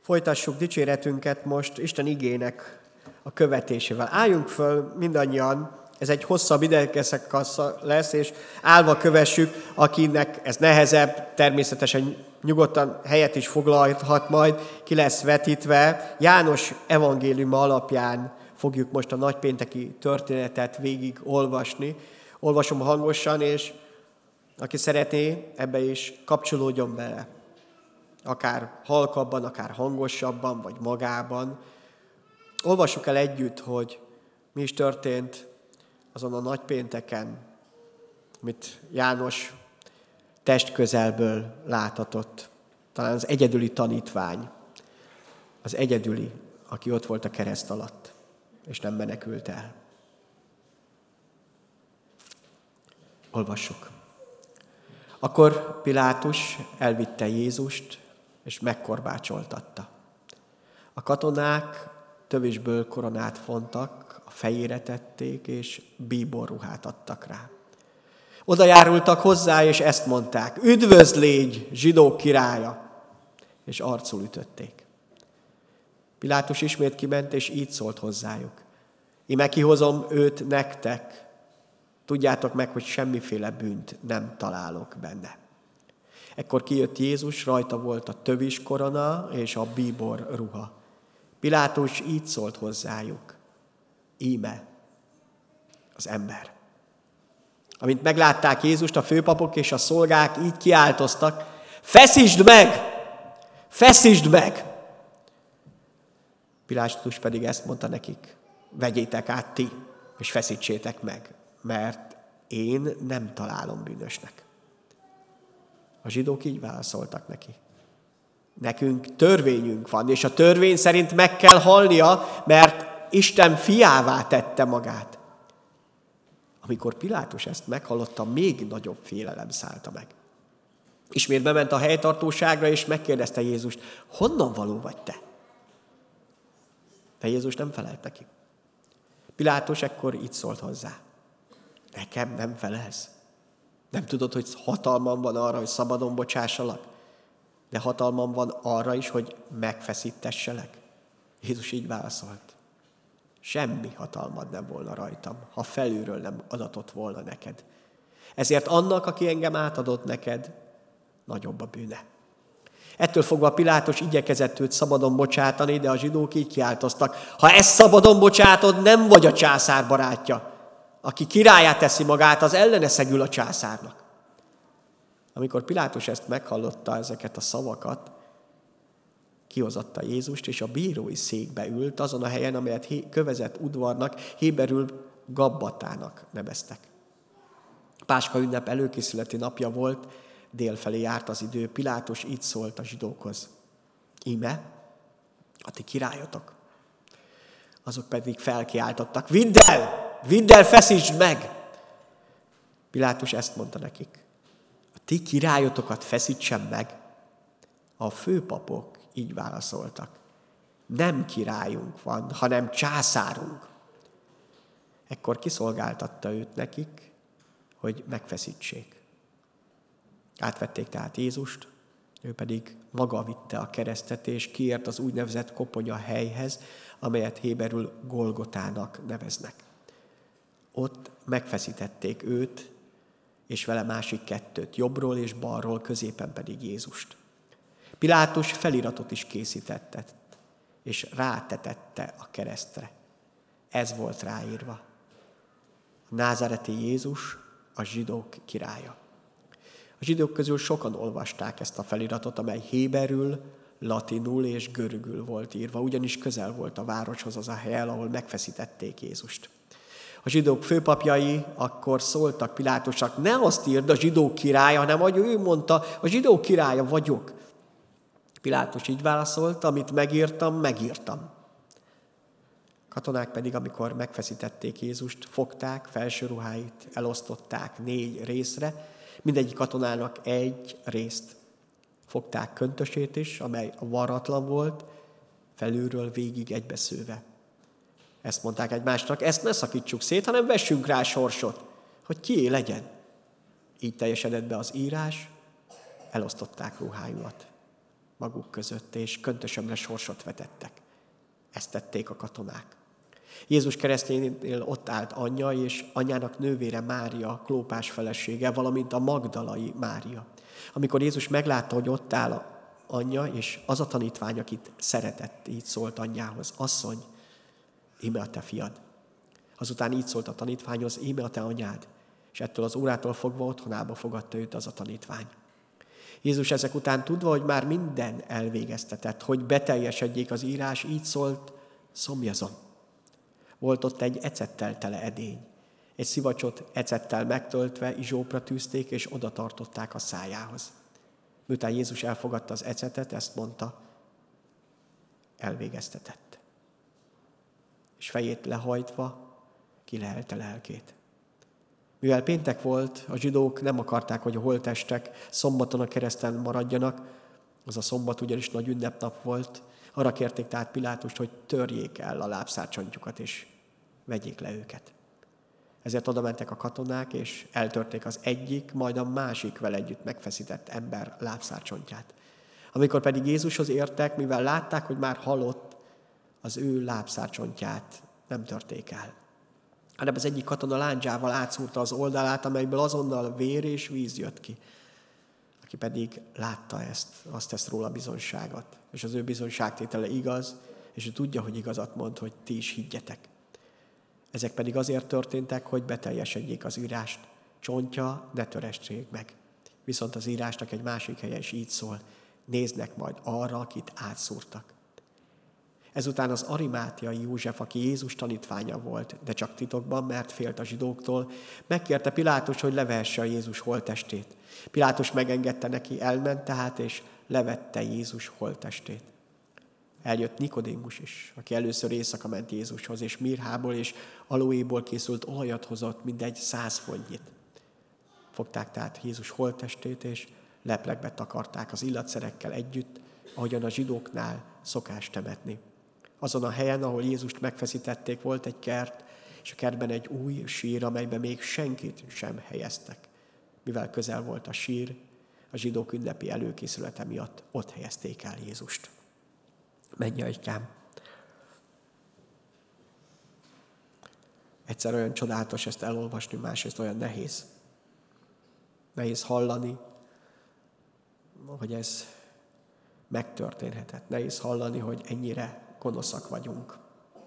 Folytassuk dicséretünket most Isten igének a követésével. Álljunk föl mindannyian, ez egy hosszabb idegeszakasz lesz, és állva kövessük, akinek ez nehezebb, természetesen nyugodtan helyet is foglalhat majd, ki lesz vetítve. János evangéliuma alapján fogjuk most a nagypénteki történetet végig olvasni. Olvasom hangosan, és aki szeretné, ebbe is kapcsolódjon bele. Akár halkabban, akár hangosabban, vagy magában. Olvassuk el együtt, hogy mi is történt azon a nagypénteken, amit János testközelből láthatott. Talán az egyedüli tanítvány, az egyedüli, aki ott volt a kereszt alatt, és nem menekült el. Olvassuk. Akkor Pilátus elvitte Jézust, és megkorbácsoltatta. A katonák tövisből koronát fontak, a fejére tették, és bíborruhát adtak rá. Oda járultak hozzá, és ezt mondták: üdvözl légy, zsidók királya! És arcul ütötték. Pilátus ismét kiment, és így szólt hozzájuk: íme kihozom őt nektek, tudjátok meg, hogy semmiféle bűnt nem találok benne. Ekkor kijött Jézus, rajta volt a tövis korona és a bíbor ruha. Pilátus így szólt hozzájuk: íme az ember. Amint meglátták Jézust, a főpapok és a szolgák így kiáltoztak: feszítsd meg! Feszítsd meg! Pilátus pedig ezt mondta nekik: vegyétek át ti, és feszítsétek meg, mert én nem találom bűnösnek. A zsidók így válaszoltak neki: nekünk törvényünk van, és a törvény szerint meg kell halnia, mert Isten fiává tette magát. Amikor Pilátus ezt meghallotta, még nagyobb félelem szállta meg. Ismét bement a helytartóságra, és megkérdezte Jézust: honnan való vagy te? De Jézus nem felelt neki. Pilátus ekkor így szólt hozzá: nekem nem felelsz? Nem tudod, hogy hatalmam van arra, hogy szabadon bocsássalak? De hatalmam van arra is, hogy megfeszítesselek? Jézus így válaszolt: semmi hatalmad nem volna rajtam, ha felülről nem adatott volna neked. Ezért annak, aki engem átadott neked, nagyobb a bűne. Ettől fogva Pilátus igyekezett őt szabadon bocsátani, de a zsidók így kiáltoztak: ha ezt szabadon bocsátod, nem vagy a császár barátja. Aki királlyá teszi magát, az ellene szegül a császárnak. Amikor Pilátus ezt meghallotta, ezeket a szavakat, kihozatta Jézust, és a bírói székbe ült, azon a helyen, amelyet kövezett udvarnak, héberül Gabbatának neveztek. Páska ünnep előkészületi napja volt, délfelé járt az idő. Pilátus így szólt a zsidókhoz: íme a ti királyotok. Azok pedig felkiáltottak: vidd el! Vidd el, feszítsd meg! Pilátus ezt mondta nekik: a ti királyotokat feszítsem meg? A főpapok így válaszoltak: nem királyunk van, hanem császárunk. Ekkor kiszolgáltatta őt nekik, hogy megfeszítsék. Átvették tehát Jézust, ő pedig maga vitte a keresztet, és kiért az úgynevezett koponya helyhez, amelyet héberül Golgotának neveznek. Ott megfeszítették őt, és vele másik kettőt, jobbról és balról, középen pedig Jézust. Pilátus feliratot is készítetett, és rátetette a keresztre. Ez volt ráírva: a názáreti Jézus, a zsidók királya. A zsidók közül sokan olvasták ezt a feliratot, amely héberül, latinul és görögül volt írva, ugyanis közel volt a városhoz az a hely, ahol megfeszítették Jézust. A zsidók főpapjai akkor szóltak Pilátusnak: ne azt írd, a zsidók királya, hanem ahogy ő mondta, a zsidók királya vagyok. Pilátus így válaszolt: amit megírtam, megírtam. Katonák pedig, amikor megfeszítették Jézust, fogták felső ruháit, elosztották 4 részre, mindegyik katonának egy részt. Fogták köntösét is, amely varratlan volt, felülről végig egybeszőve. Ezt mondták egymásnak: ezt ne szakítsuk szét, hanem vessünk rá sorsot, hogy kié legyen. Így teljesedett be az írás, elosztották ruhájukat. maguk között, és köntösömre sorsot vetettek. Ezt tették a katonák. Jézus keresztjénél ott állt anyja, és anyjának nővére Mária, Klópás felesége, valamint a magdalai Mária. Amikor Jézus meglátta, hogy ott áll anyja, és az a tanítvány, akit szeretett, így szólt anyjához: asszony, íme a te fiad. Azután így szólt a tanítványhoz: íme a te anyád. És ettől az órától fogva otthonába fogadta őt az a tanítvány. Jézus ezek után tudva, hogy már minden elvégeztetett, hogy beteljesedjék az írás, így szólt: szomjazom. Volt ott egy ecettel tele edény. Egy szivacsot ecettel megtöltve izsópra tűzték, és oda tartották a szájához. Miután Jézus elfogadta az ecetet, ezt mondta: elvégeztetett. És fejét lehajtva kilehelte lelkét. Mivel péntek volt, a zsidók nem akarták, hogy a holttestek szombaton a kereszten maradjanak, az a szombat ugyanis nagy ünnepnap volt. Arra kérték tehát Pilátust, hogy törjék el a lábszárcsontjukat, és vegyék le őket. Ezért oda mentek a katonák, és eltörték az egyik, majd a másik vele együtt megfeszített ember lábszárcsontját. Amikor pedig Jézushoz értek, mivel látták, hogy már halott, az ő lábszárcsontját nem törték el, hanem az egyik katona lándzsával átszúrta az oldalát, amelyből azonnal vér és víz jött ki. Aki pedig látta ezt, azt tesz róla bizonyságot. És az ő bizonyságtétele igaz, és ő tudja, hogy igazat mond, hogy ti is higgyetek. Ezek pedig azért történtek, hogy beteljesedjék az írást: csontja ne töressék meg. Viszont az írásnak egy másik helye is így szól: néznek majd arra, akit átszúrtak. Ezután az arimátiai József, aki Jézus tanítványa volt, de csak titokban, mert félt a zsidóktól, megkérte Pilátus, hogy levehesse a Jézus holttestét. Pilátus megengedte neki, elment tehát, és levette Jézus holttestét. Eljött Nikodémus is, aki először éjszaka ment Jézushoz, és mirhából és aloéból készült olajat hozott, mindegy 100 fontnyit. Fogták tehát Jézus holttestét, és leplekbe takarták az illatszerekkel együtt, ahogyan a zsidóknál szokás temetni. Azon a helyen, ahol Jézust megfeszítették, volt egy kert, és a kertben egy új sír, amelyben még senkit sem helyeztek. Mivel közel volt a sír, a zsidók ünnepi előkészülete miatt ott helyezték el Jézust. Menj, Agykám! Egyszer olyan csodálatos ezt elolvasni, másrészt olyan nehéz. Nehéz hallani, hogy ez megtörténhetett. Nehéz hallani, hogy ennyire gonoszak vagyunk.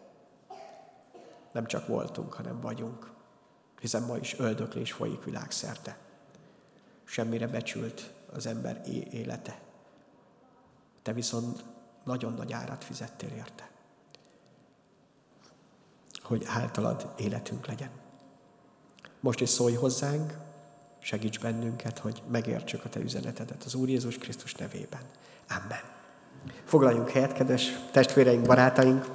Nem csak voltunk, hanem vagyunk. Hiszen ma is öldöklés folyik világszerte. Semmire becsült az ember élete. Te viszont nagyon nagy árat fizettél érte, hogy általad életünk legyen. Most is szólj hozzánk, segíts bennünket, hogy megértsük a te üzenetedet az Úr Jézus Krisztus nevében. Amen. Foglaljunk helyet, kedves testvéreink, barátaink!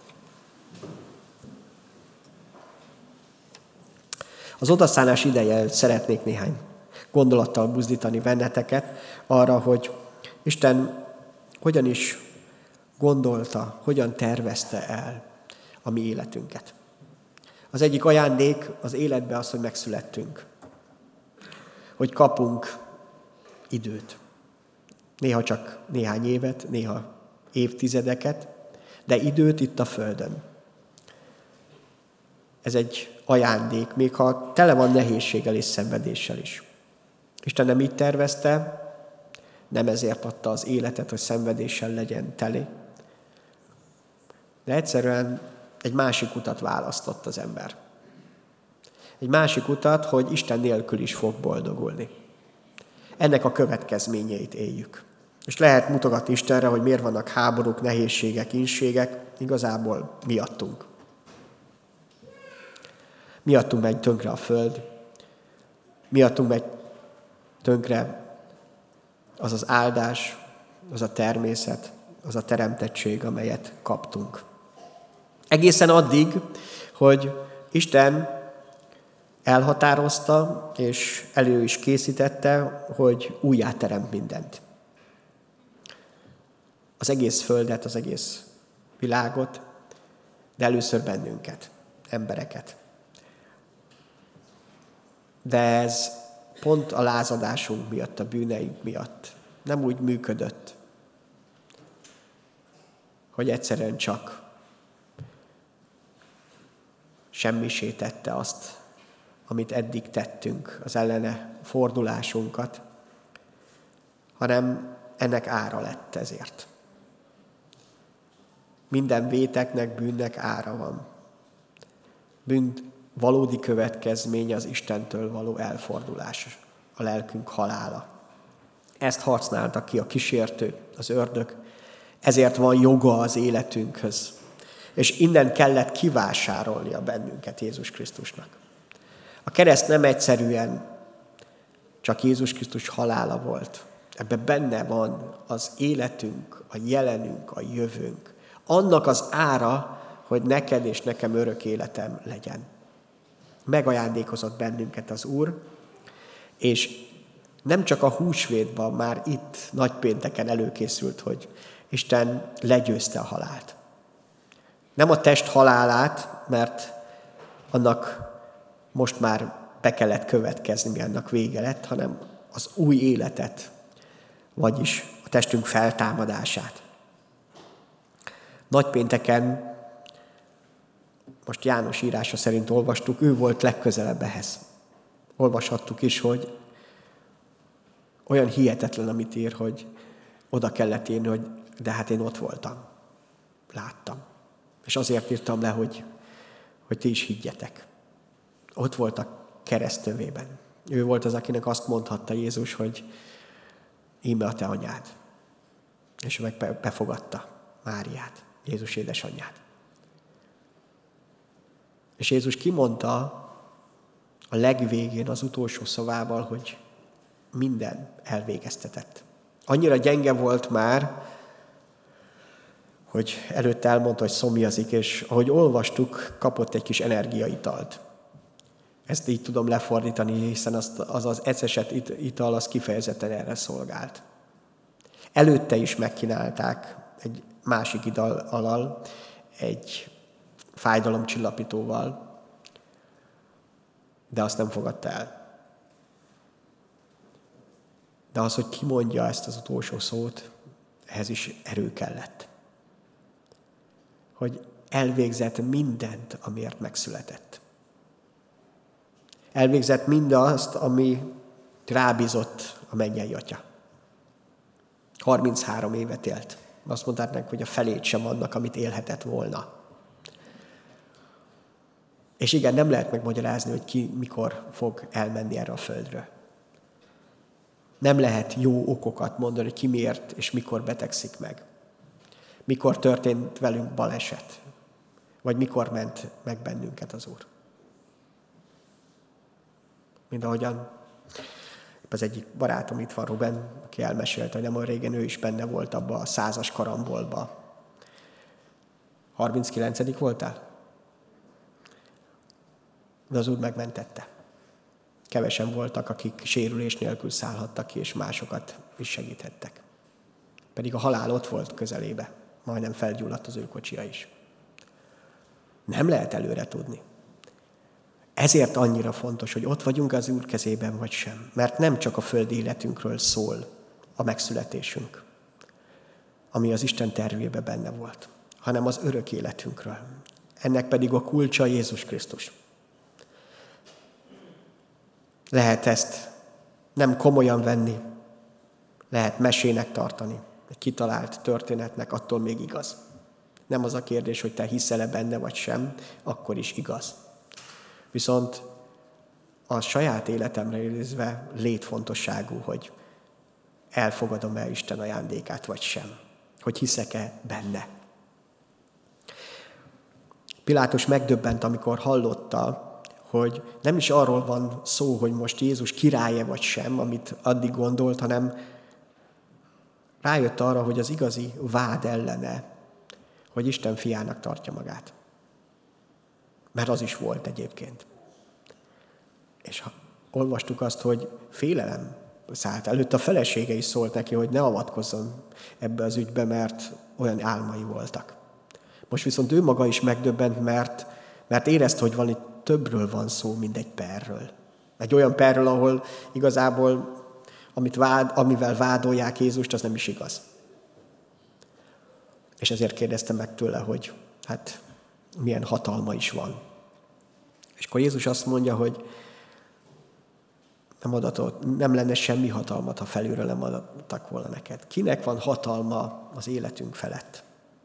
Az odaszállás ideje szeretnék néhány gondolattal buzdítani benneteket arra, hogy Isten hogyan is gondolta, hogyan tervezte el a mi életünket. Az egyik ajándék az életbe az, hogy megszülettünk. Hogy kapunk időt. Néha csak néhány évet, néha évtizedeket, de időt itt a Földön. Ez egy ajándék, még ha tele van nehézséggel és szenvedéssel is. Isten nem így tervezte, nem ezért adta az életet, hogy szenvedéssel legyen teli, de egyszerűen egy másik utat választott az ember. Egy másik utat, hogy Isten nélkül is fog boldogulni. Ennek a következményeit éljük. És lehet mutogatni Istenre, hogy miért vannak háborúk, nehézségek, ínségek, igazából miattunk. Miattunk megy tönkre a föld, miattunk megy tönkre az az áldás, az a természet, az a teremtettség, amelyet kaptunk. Egészen addig, hogy Isten elhatározta, és elő is készítette, hogy újjáteremt mindent. Az egész földet, az egész világot, de először bennünket, embereket. De ez pont a lázadásunk miatt, a bűneink miatt nem úgy működött, hogy egyszerűen csak semmisé tette azt, amit eddig tettünk, az ellene fordulásunkat, hanem ennek ára lett ezért. Minden véteknek, bűnnek ára van. Bűn valódi következménye az Istentől való elfordulás, a lelkünk halála. Ezt használta ki a kísértő, az ördög, ezért van joga az életünkhöz. És innen kellett kivásárolnia bennünket Jézus Krisztusnak. A kereszt nem egyszerűen csak Jézus Krisztus halála volt. Ebben benne van az életünk, a jelenünk, a jövőnk. Annak az ára, hogy neked és nekem örök életem legyen. Megajándékozott bennünket az Úr, és nem csak a húsvétban, már itt nagypénteken előkészült, hogy Isten legyőzte a halált. Nem a test halálát, mert annak most már be kellett következni, annak vége lett, hanem az új életet, vagyis a testünk feltámadását. Nagypénteken, most János írása szerint olvastuk, ő volt legközelebb ehhez. Olvashattuk is, hogy olyan hihetetlen, amit ír, hogy oda kellett írni, hogy de hát én ott voltam, láttam. És azért írtam le, hogy ti is higgyetek. Ott volt a keresztövében. Ő volt az, akinek azt mondhatta Jézus, hogy íme a te anyád. És ő meg befogadta Máriát, Jézus édesanyját. És Jézus kimondta a legvégén az utolsó szavával, hogy minden elvégeztetett. Annyira gyenge volt már, hogy előtte elmondta, hogy szomjazik, és ahogy olvastuk, kapott egy kis energiaitalt. Ezt így tudom lefordítani, hiszen az eceset ital az kifejezetten erre szolgált. Előtte is megkínálták egy másik ital egy fájdalomcsillapítóval, de azt nem fogadta el. De az, hogy kimondja ezt az utolsó szót, ehhez is erő kellett. Hogy elvégzett mindent, amiért megszületett. Elvégzett mindazt, ami rábízott a mennyei Atya. 33 évet élt. Azt mondták neki, hogy a felét sem annak, amit élhetett volna. És igen, nem lehet megmagyarázni, hogy ki mikor fog elmenni erre a földről. Nem lehet jó okokat mondani, hogy ki miért és mikor betegszik meg. Mikor történt velünk baleset. Vagy mikor ment meg bennünket az Úr. Mind ahogyan az egyik barátom itt van, Ruben, aki elmesélte, hogy nem olyan régen ő is benne volt abba a 100-as karambolba. 39. voltál? De az Úr megmentette. Kevesen voltak, akik sérülés nélkül szállhattak ki, és másokat is segíthettek. Pedig a halál ott volt közelébe. Majdnem felgyulladt az ő kocsija is. Nem lehet előre tudni. Ezért annyira fontos, hogy ott vagyunk az Úr kezében, vagy sem. Mert nem csak a földi életünkről szól a megszületésünk, ami az Isten tervében benne volt, hanem az örök életünkről. Ennek pedig a kulcsa Jézus Krisztus. Lehet ezt nem komolyan venni, lehet mesének tartani, egy kitalált történetnek, attól még igaz. Nem az a kérdés, hogy te hiszel-e benne vagy sem, akkor is igaz. Viszont a saját életemre nézve létfontosságú, hogy elfogadom-e Isten ajándékát vagy sem. Hogy hiszek-e benne. Pilátus megdöbbent, amikor hallotta, hogy nem is arról van szó, hogy most Jézus királye vagy sem, amit addig gondolt, hanem rájött arra, hogy az igazi vád ellene, hogy Isten fiának tartja magát. Mert az is volt egyébként. És olvastuk azt, hogy félelem szállt. Előtte a felesége is szólt neki, hogy ne avatkozzon ebbe az ügybe, mert olyan álmai voltak. Most viszont ő maga is megdöbbent, mert érezte, hogy valami többről van szó, mint egy perről. Egy olyan perről, ahol igazából amivel vádolják Jézust, az nem is igaz. És ezért kérdeztem meg tőle, hogy hát milyen hatalma is van. És akkor Jézus azt mondja, hogy nem lenne semmi hatalmat, ha felülről nem adtak volna neked. Kinek van hatalma az életünk felett?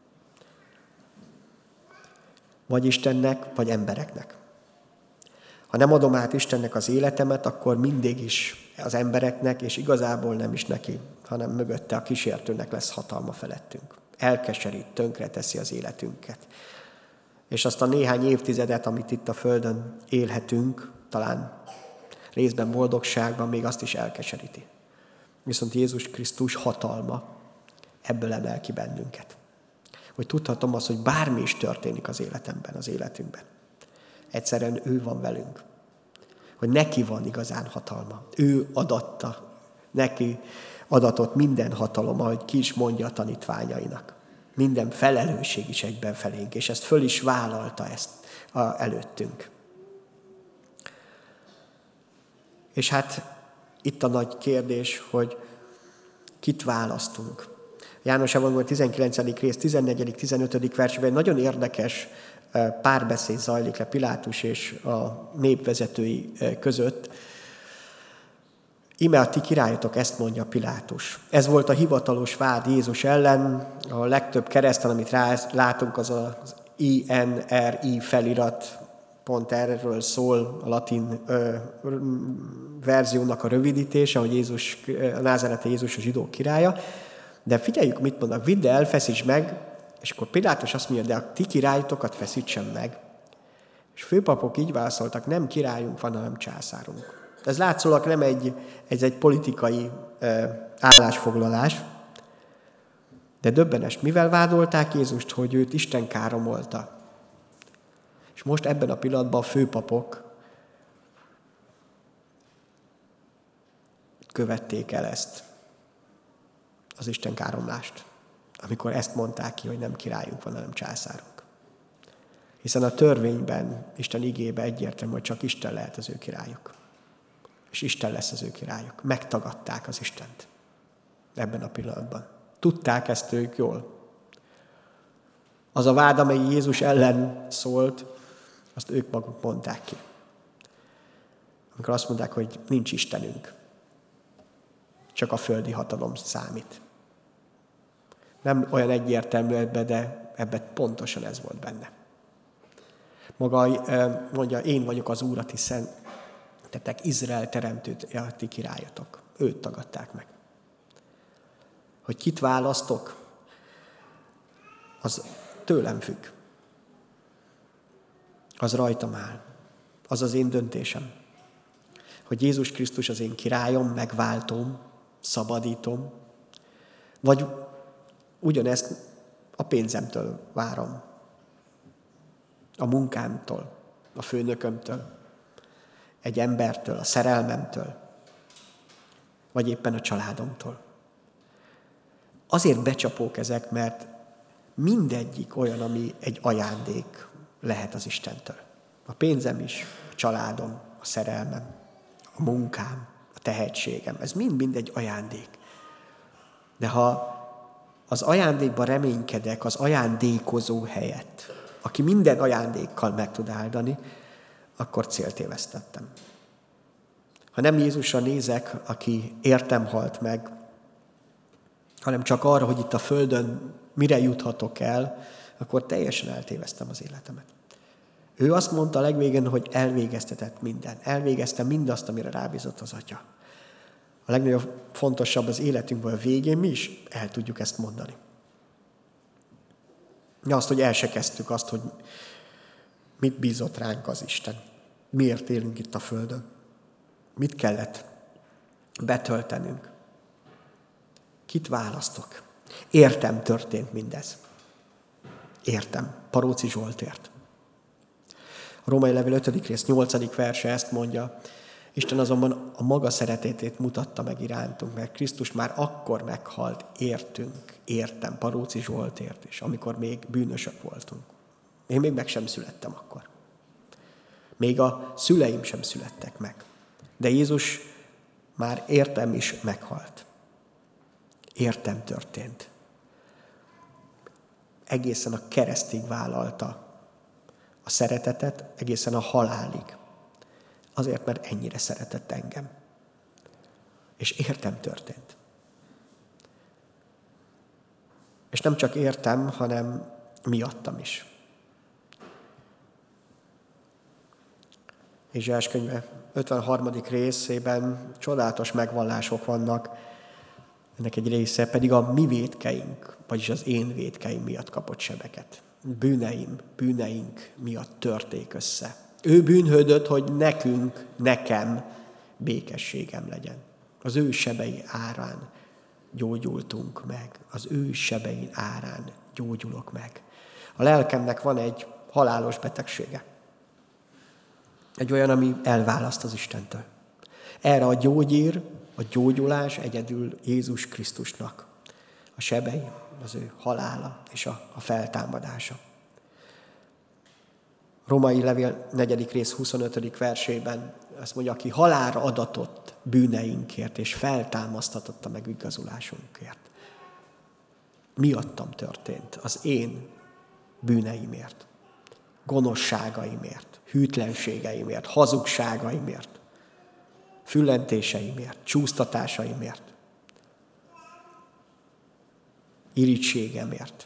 Vagy Istennek, vagy embereknek. Ha nem adom át Istennek az életemet, akkor mindig is az embereknek, és igazából nem is neki, hanem mögötte a kísértőnek lesz hatalma felettünk. Elkeserít, tönkre teszi az életünket. És azt a néhány évtizedet, amit itt a Földön élhetünk, talán részben boldogságban, még azt is elkeseríti. Viszont Jézus Krisztus hatalma ebből emel ki bennünket. Hogy tudhatom azt, hogy bármi is történik az életemben, az életünkben. Egyszerűen ő van velünk. Hogy neki van igazán hatalma. Ő adatta, neki adatott minden hatalom, ahogy ki is mondja a tanítványainak. Minden felelősség is egyben felénk, és ezt föl is vállalta ezt előttünk. És hát itt a nagy kérdés, hogy kit választunk. János Evangélium 19. rész, 14. 15. versben nagyon érdekes párbeszéd zajlik le Pilátus és a népvezetői között. Íme a ti királyotok, ezt mondja Pilátus. Ez volt a hivatalos vád Jézus ellen. A legtöbb kereszten, amit látunk, az az INRI felirat, pont erről szól a latin verziónak a rövidítése, hogy Jézus, a názáreti Jézus a zsidók királya. De figyeljük, mit mondanak, vidd el, feszíts meg, és akkor Pilátus azt mondja, de a ti királyotokat feszítsem meg. És főpapok így válaszoltak, nem királyunk van, hanem császárunk. Ez látszólag nem egy politikai állásfoglalás, de döbbenes. Mivel vádolták Jézust, hogy őt Isten káromolta? És most ebben a pillanatban a főpapok követték el ezt, az Isten káromlást, amikor ezt mondták ki, hogy nem királyunk van, hanem császárunk. Hiszen a törvényben, Isten igébe egyértelmű, hogy csak Isten lehet az ő királyuk. És Isten lesz az ő királyuk. Megtagadták az Istent ebben a pillanatban. Tudták ezt ők jól. Az a vád, amely Jézus ellen szólt, azt ők maguk mondták ki. Amikor azt mondták, hogy nincs Istenünk. Csak a földi hatalom számít. Nem olyan egyértelmű ebbe, de ebben pontosan ez volt benne. Maga mondja, én vagyok az Úr, a ti szentetek, Izrael teremtőt, a ti királyotok. Őt tagadták meg. Hogy kit választok, az tőlem függ. Az rajtam áll. Az az én döntésem. Hogy Jézus Krisztus az én királyom, megváltom, szabadítom, vagy ugyanezt a pénzemtől várom, a munkámtól, a főnökömtől, egy embertől, a szerelmemtől, vagy éppen a családomtól. Azért becsapók ezek, mert mindegyik olyan, ami egy ajándék lehet az Istentől. A pénzem is, a családom, a szerelmem, a munkám, a tehetségem, ez mind egy ajándék. De ha az ajándékban reménykedek, az ajándékozó helyett, aki minden ajándékkal meg tud áldani, akkor célt évesztettem. Ha nem Jézusra nézek, aki értem halt meg, hanem csak arra, hogy itt a Földön mire juthatok el, akkor teljesen eltéveztem az életemet. Ő azt mondta a legvégén, hogy elvégeztetett minden. Elvégezte mindazt, amire rábízott az Atya. A legnagyobb fontosabb az életünkben a végén mi is el tudjuk ezt mondani. De azt, hogy el se kezdtük azt, hogy mit bízott ránk az Isten. Miért élünk itt a Földön? Mit kellett betöltenünk? Kit választok? Értem, történt mindez. Értem. Paróci Zsoltért. A Római Levél 5. rész 8. verse ezt mondja, Isten azonban a maga szeretetét mutatta meg irántunk, mert Krisztus már akkor meghalt értünk, értem, Paróci Zsoltért is, amikor még bűnösök voltunk. Én még meg sem születtem akkor. Még a szüleim sem születtek meg. De Jézus már értem is meghalt. Értem történt. egészen a keresztig vállalta a szeretetet, egészen a halálig. Azért, mert ennyire szeretett engem. És értem történt. És nem csak értem, hanem miattam is. Ézsaiás könyve 53. részében csodálatos megvallások vannak. Ennek egy része pedig a mi vétkeink, vagyis az én vétkeim miatt kapott sebeket. Bűneink miatt törték össze. Ő bűnhődött, hogy nekem békességem legyen. Az ő sebei árán gyógyultunk meg. Az ő sebein árán gyógyulok meg. A lelkemnek van egy halálos betegsége. Egy olyan, ami elválaszt az Istentől. Erre a gyógyír, a gyógyulás egyedül Jézus Krisztusnak. A sebei, az ő halála és a feltámadása. Római levél 4. rész 25. versében azt mondja, aki halálra adatott bűneinkért, és feltámasztatotta meg igazulásunkért. Miattam történt, az én bűneimért, gonoszságaimért, hűtlenségeimért, hazugságaimért, füllentéseimért, csúsztatásaimért, irítségemért,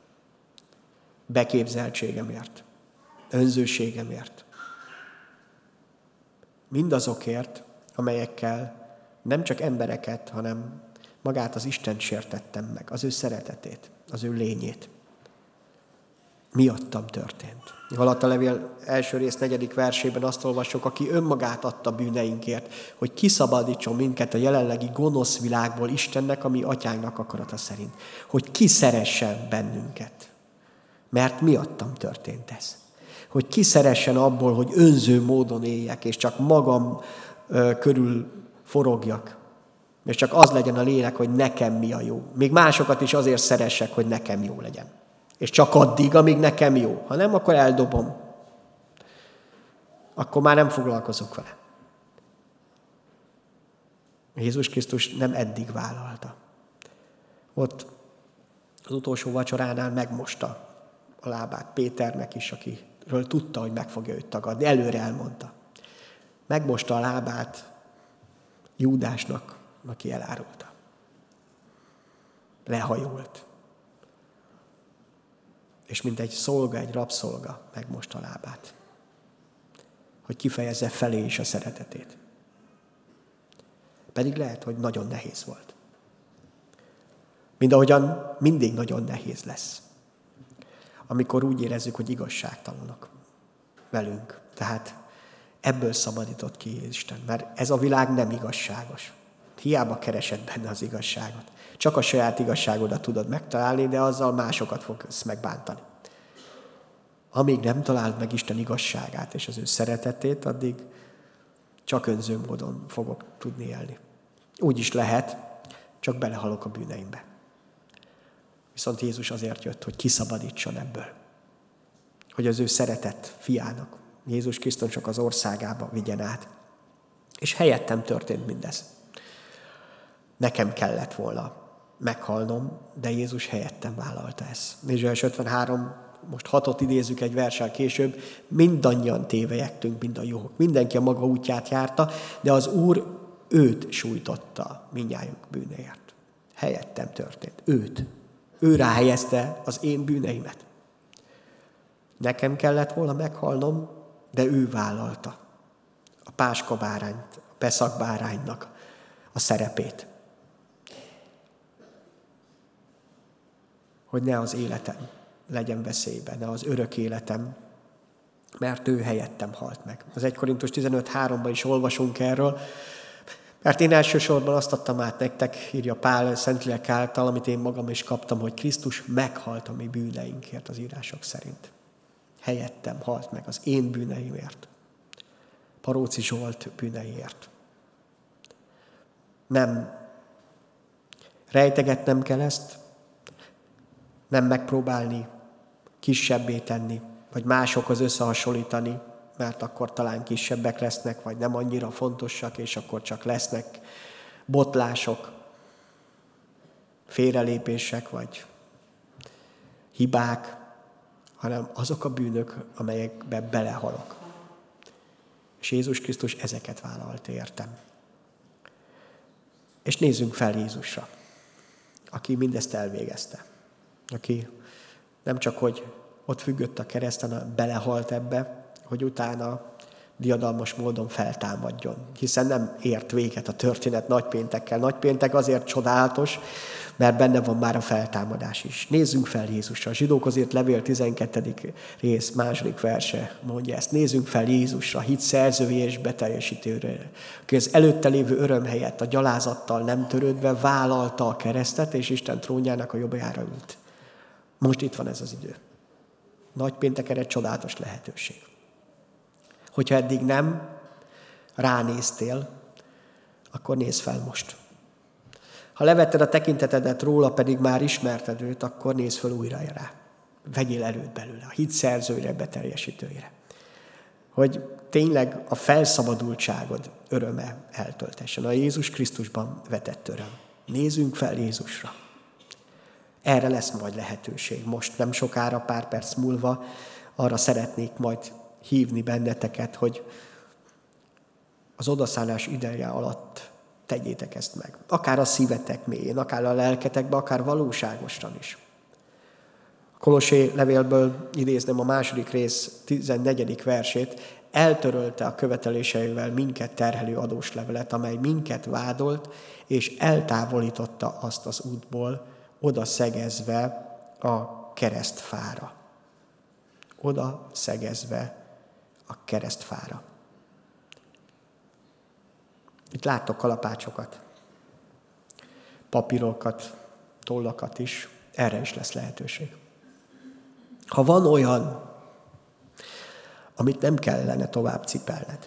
beképzeltségemért, önzőségemért. Mindazokért, amelyekkel nem csak embereket, hanem magát az Istent sértettem meg, az ő szeretetét, az ő lényét. Miattam történt. Galatalevél első rész 4. versében azt olvassuk, aki önmagát adta bűneinkért, hogy kiszabadítson minket a jelenlegi gonosz világból Istennek, ami atyánknak akarata szerint. Hogy kiszeressen bennünket. Mert miattam történt ez. Hogy kiszeressen abból, hogy önző módon éljek, és csak magam körül forogjak. És csak az legyen a lélek, hogy nekem mi a jó. Még másokat is azért szeressek, hogy nekem jó legyen. És csak addig, amíg nekem jó. Ha nem, akkor eldobom. Akkor már nem foglalkozok vele. Jézus Krisztus nem eddig vállalta. Ott az utolsó vacsoránál megmosta a lábát Péternek is, akiről tudta, hogy meg fogja őt tagadni. Előre elmondta. Megmosta a lábát Júdásnak, aki elárulta. Lehajolt. És mint egy szolga, egy rabszolga megmosta a lábát. Hogy kifejezze felé is a szeretetét. Pedig lehet, hogy nagyon nehéz volt. Mindahogyan mindig nagyon nehéz lesz. Amikor úgy érezzük, hogy igazságtalanok velünk. Tehát ebből szabadított ki Isten, mert ez a világ nem igazságos. Hiába keresed benne az igazságot. Csak a saját igazságodat tudod megtalálni, de azzal másokat fogsz megbántani. Amíg nem találd meg Isten igazságát és az ő szeretetét, addig csak önző módon fogok tudni élni. Úgy is lehet, csak belehalok a bűneimbe. Viszont Jézus azért jött, hogy kiszabadítson ebből. Hogy az ő szeretett fiának, Jézus Krisztusnak az országába vigyen át. És helyettem történt mindez. Nekem kellett volna meghalnom, de Jézus helyettem vállalta ezt. Ézsaiás 53, most 6-ot idézzük egy verssel később, mindannyian tévejektünk, mind a juhok. Mindenki a maga útját járta, de az Úr őt sújtotta mindnyájunk bűneért. Helyettem történt. Őt. Ő ráhelyezte az én bűneimet. Nekem kellett volna meghalnom, de ő vállalta a páskabárányt, a peszakbáránynak a szerepét. Hogy ne az életem legyen veszélyben, ne az örök életem, mert ő helyettem halt meg. Az 1 Korintus 15:3-ban is olvasunk erről, mert én elsősorban azt adtam át nektek, írja Pál Szentlélek által, amit én magam is kaptam, hogy Krisztus meghalt a mi bűneinkért az írások szerint. Helyettem halt meg az én bűneimért. Paróci Zsolt bűneiért. Nem rejtegetnem kell ezt, nem megpróbálni kisebbé tenni, vagy másokhoz összehasonlítani, mert akkor talán kisebbek lesznek, vagy nem annyira fontosak, és akkor csak lesznek botlások, félrelépések, vagy hibák, hanem azok a bűnök, amelyekbe belehalok. És Jézus Krisztus ezeket vállalt értem. És nézzünk fel Jézusra, aki mindezt elvégezte. Aki nem csak, hogy ott függött a kereszten, hanem belehalt ebbe, hogy utána diadalmas módon feltámadjon. Hiszen nem ért véget a történet nagypéntekkel. Nagypéntek azért csodálatos, mert benne van már a feltámadás is. Nézzünk fel Jézusra. A Zsidókhoz írt levél 12. rész, 2. verse mondja ezt. Nézzünk fel Jézusra, hit szerzője és beteljesítőre, aki az előtte lévő öröm helyett a gyalázattal nem törődve vállalta a keresztet, és Isten trónjának a jobbjára ült. Most itt van ez az idő. Nagypéntek erre csodálatos lehetőség. Hogyha eddig nem ránéztél, akkor nézz fel most. Ha levetted a tekintetedet róla, pedig már ismerted őt, akkor nézz fel újra rá. Vegyél előtt belőle, a hit szerzőire, beteljesítőire. Hogy tényleg a felszabadultságod öröme eltöltessen. A Jézus Krisztusban vetett öröm. Nézzünk fel Jézusra. Erre lesz majd lehetőség. Most nem sokára, pár perc múlva arra szeretnék majd hívni benneteket, hogy az odaszállás ideje alatt tegyétek ezt meg. Akár a szívetek mélyén, akár a lelketekbe, akár valóságosan is. A Kolossé levélből idézném a 2. rész 14. versét. Eltörölte a követeléseivel minket terhelő adóslevelet, amely minket vádolt, és eltávolította azt az útból, oda szegezve a keresztfára. Oda szegezve a keresztfára. Itt láttok kalapácsokat, papírokat, tollakat is, erre is lesz lehetőség. Ha van olyan, amit nem kellene tovább cipelned,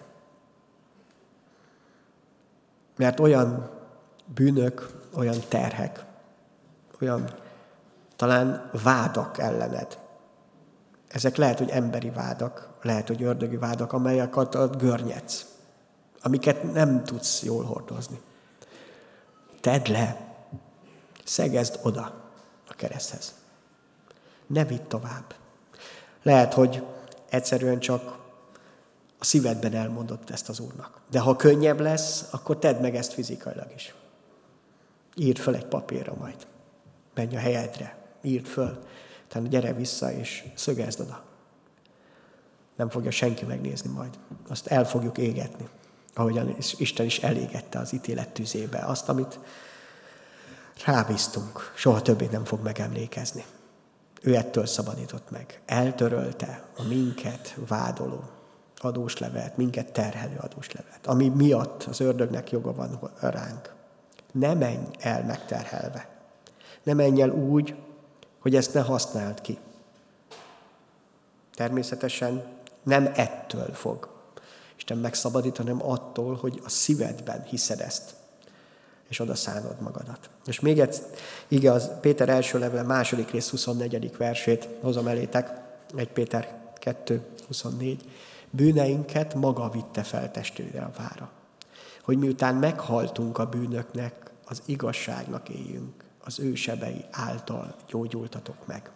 mert olyan bűnök, olyan terhek, olyan talán vádak ellened. Ezek lehet, hogy emberi vádak, lehet, hogy ördögi vádak, amelyeket görnyedsz, amiket nem tudsz jól hordozni. Tedd le, szegezd oda a kereszthez. Ne vidd tovább. Lehet, hogy egyszerűen csak a szívedben elmondod ezt az Úrnak. De ha könnyebb lesz, akkor tedd meg ezt fizikailag is. Írd föl egy papírra majd. Menj a helyedre, írd föl, utána gyere vissza és szögezd oda. Nem fogja senki megnézni majd. Azt el fogjuk égetni, ahogyan Isten is elégette az ítélet tüzébe azt, amit rábíztunk. Soha többé nem fog megemlékezni. Ő ettől szabadított meg. Eltörölte a minket vádoló adóslevelet, minket terhelő adóslevelet, ami miatt az ördögnek joga van ránk. Ne menj el megterhelve. Ne menj el úgy, hogy ezt ne használd ki. Természetesen nem ettől fog Isten megszabadít, hanem attól, hogy a szívedben hiszed ezt, és oda szánod magadat. És még egy ige, az Péter első levele 2. rész 24. versét hozom elétek, 1 Péter 2.24. Bűneinket maga vitte fel testére a vára, hogy miután meghaltunk a bűnöknek, az igazságnak éljünk, az ő sebei által gyógyultatok meg.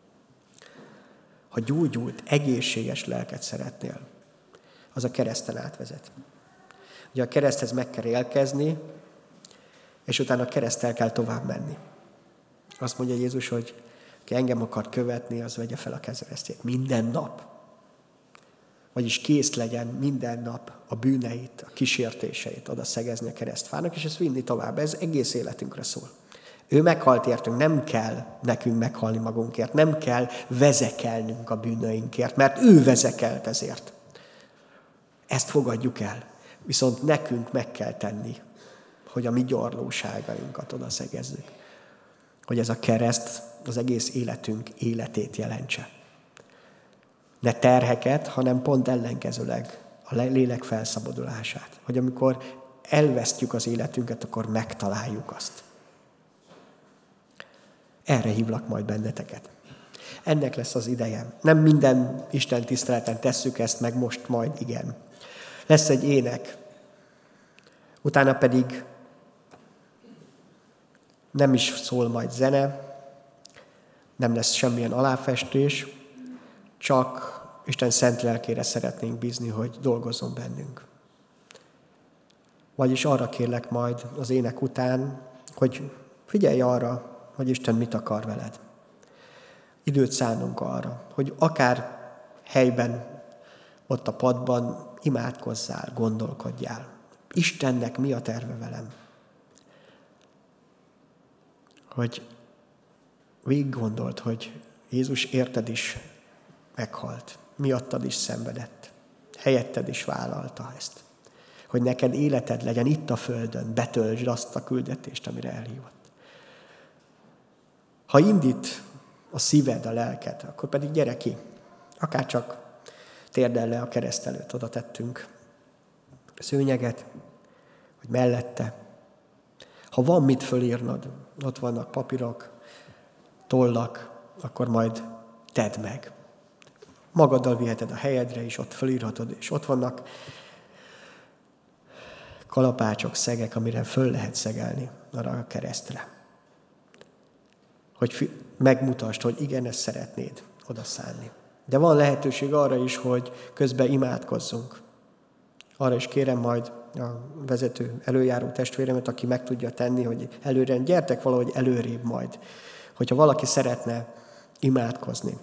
Ha gyógyult, egészséges lelket szeretnél, az a kereszten átvezet. Ugye a kereszthez meg kell élkezni, és utána a kereszttel kell tovább menni. Azt mondja Jézus, hogy aki engem akar követni, az vegye fel a keresztjét minden nap. Vagyis kész legyen minden nap a bűneit, a kísértéseit oda szegezni a keresztfának, és ezt vinni tovább. Ez egész életünkre szól. Ő meghalt értünk, nem kell nekünk meghalni magunkért, nem kell vezekelnünk a bűnöinkért, mert ő vezekelt ezért. Ezt fogadjuk el. Viszont nekünk meg kell tenni, hogy a mi gyarlóságainkat oda szegezzük. Hogy ez a kereszt az egész életünk életét jelentse. Ne terheket, hanem pont ellenkezőleg a lélek felszabadulását. Hogy amikor elvesztjük az életünket, akkor megtaláljuk azt. Erre hívlak majd benneteket. Ennek lesz az ideje. Nem minden Isten tiszteleten tesszük ezt, meg most majd igen. Lesz egy ének, utána pedig nem is szól majd zene, Nem lesz semmilyen aláfestés, csak Isten szent lelkére szeretnénk bízni, hogy dolgozzon bennünk. Vagyis arra kérlek majd az ének után, hogy figyelj arra, hogy Isten mit akar veled. Időt szánunk arra, hogy akár helyben, ott a padban imádkozzál, gondolkodjál. Istennek mi a terve velem? Hogy végig gondolt, hogy Jézus érted is meghalt, miattad is szenvedett, helyetted is vállalta ezt. Hogy neked életed legyen itt a földön, betöltsd azt a küldetést, amire elhívott. Ha indít a szíved, a lelked, akkor pedig gyere ki. Akár csak térdel le a kereszt előtt, oda tettünk a szőnyeget, vagy mellette. Ha van mit fölírnod, ott vannak papírok, tollak, akkor majd tedd meg. Magaddal viheted a helyedre is, ott fölírhatod, és ott vannak kalapácsok, szegek, amire föl lehet szegelni arra a keresztre. Hogy megmutasd, hogy igen, ezt szeretnéd odaszánni. De van lehetőség arra is, hogy közben imádkozzunk. Arra is kérem majd a vezető előjáró testvéremet, aki meg tudja tenni, hogy előre, gyertek valahogy előrébb majd. Hogyha valaki szeretne imádkozni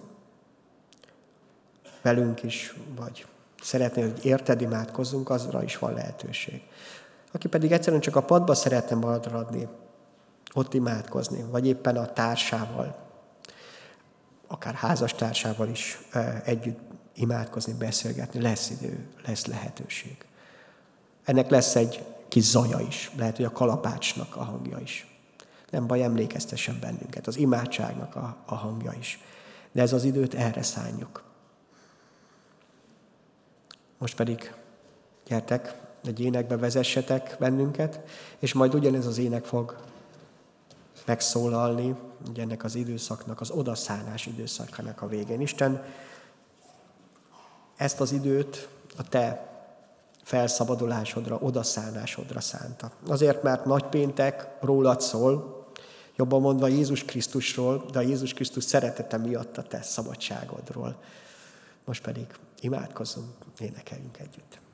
velünk is, vagy szeretné, hogy érted imádkozzunk, azra is van lehetőség. Aki pedig egyszerűen csak a padba szeretne maradni, ott imádkozni, vagy éppen a társával, akár házastársával is együtt imádkozni, beszélgetni, lesz idő, lesz lehetőség. Ennek lesz egy kis zaja is, lehet, hogy a kalapácsnak a hangja is. Nem baj, emlékeztessen bennünket, az imádságnak a hangja is. De ez az időt erre szánjuk. Most pedig gyertek, egy énekbe vezessetek bennünket, és majd ugyanez az ének fog megszólalni, ugye ennek az időszaknak, az odaszánás időszakának a végén. Isten ezt az időt a te felszabadulásodra, odaszánásodra szánta. Azért, mert nagypéntek rólad szól, jobban mondva Jézus Krisztusról, de a Jézus Krisztus szeretete miatt a te szabadságodról. Most pedig imádkozzunk, énekeljünk együtt.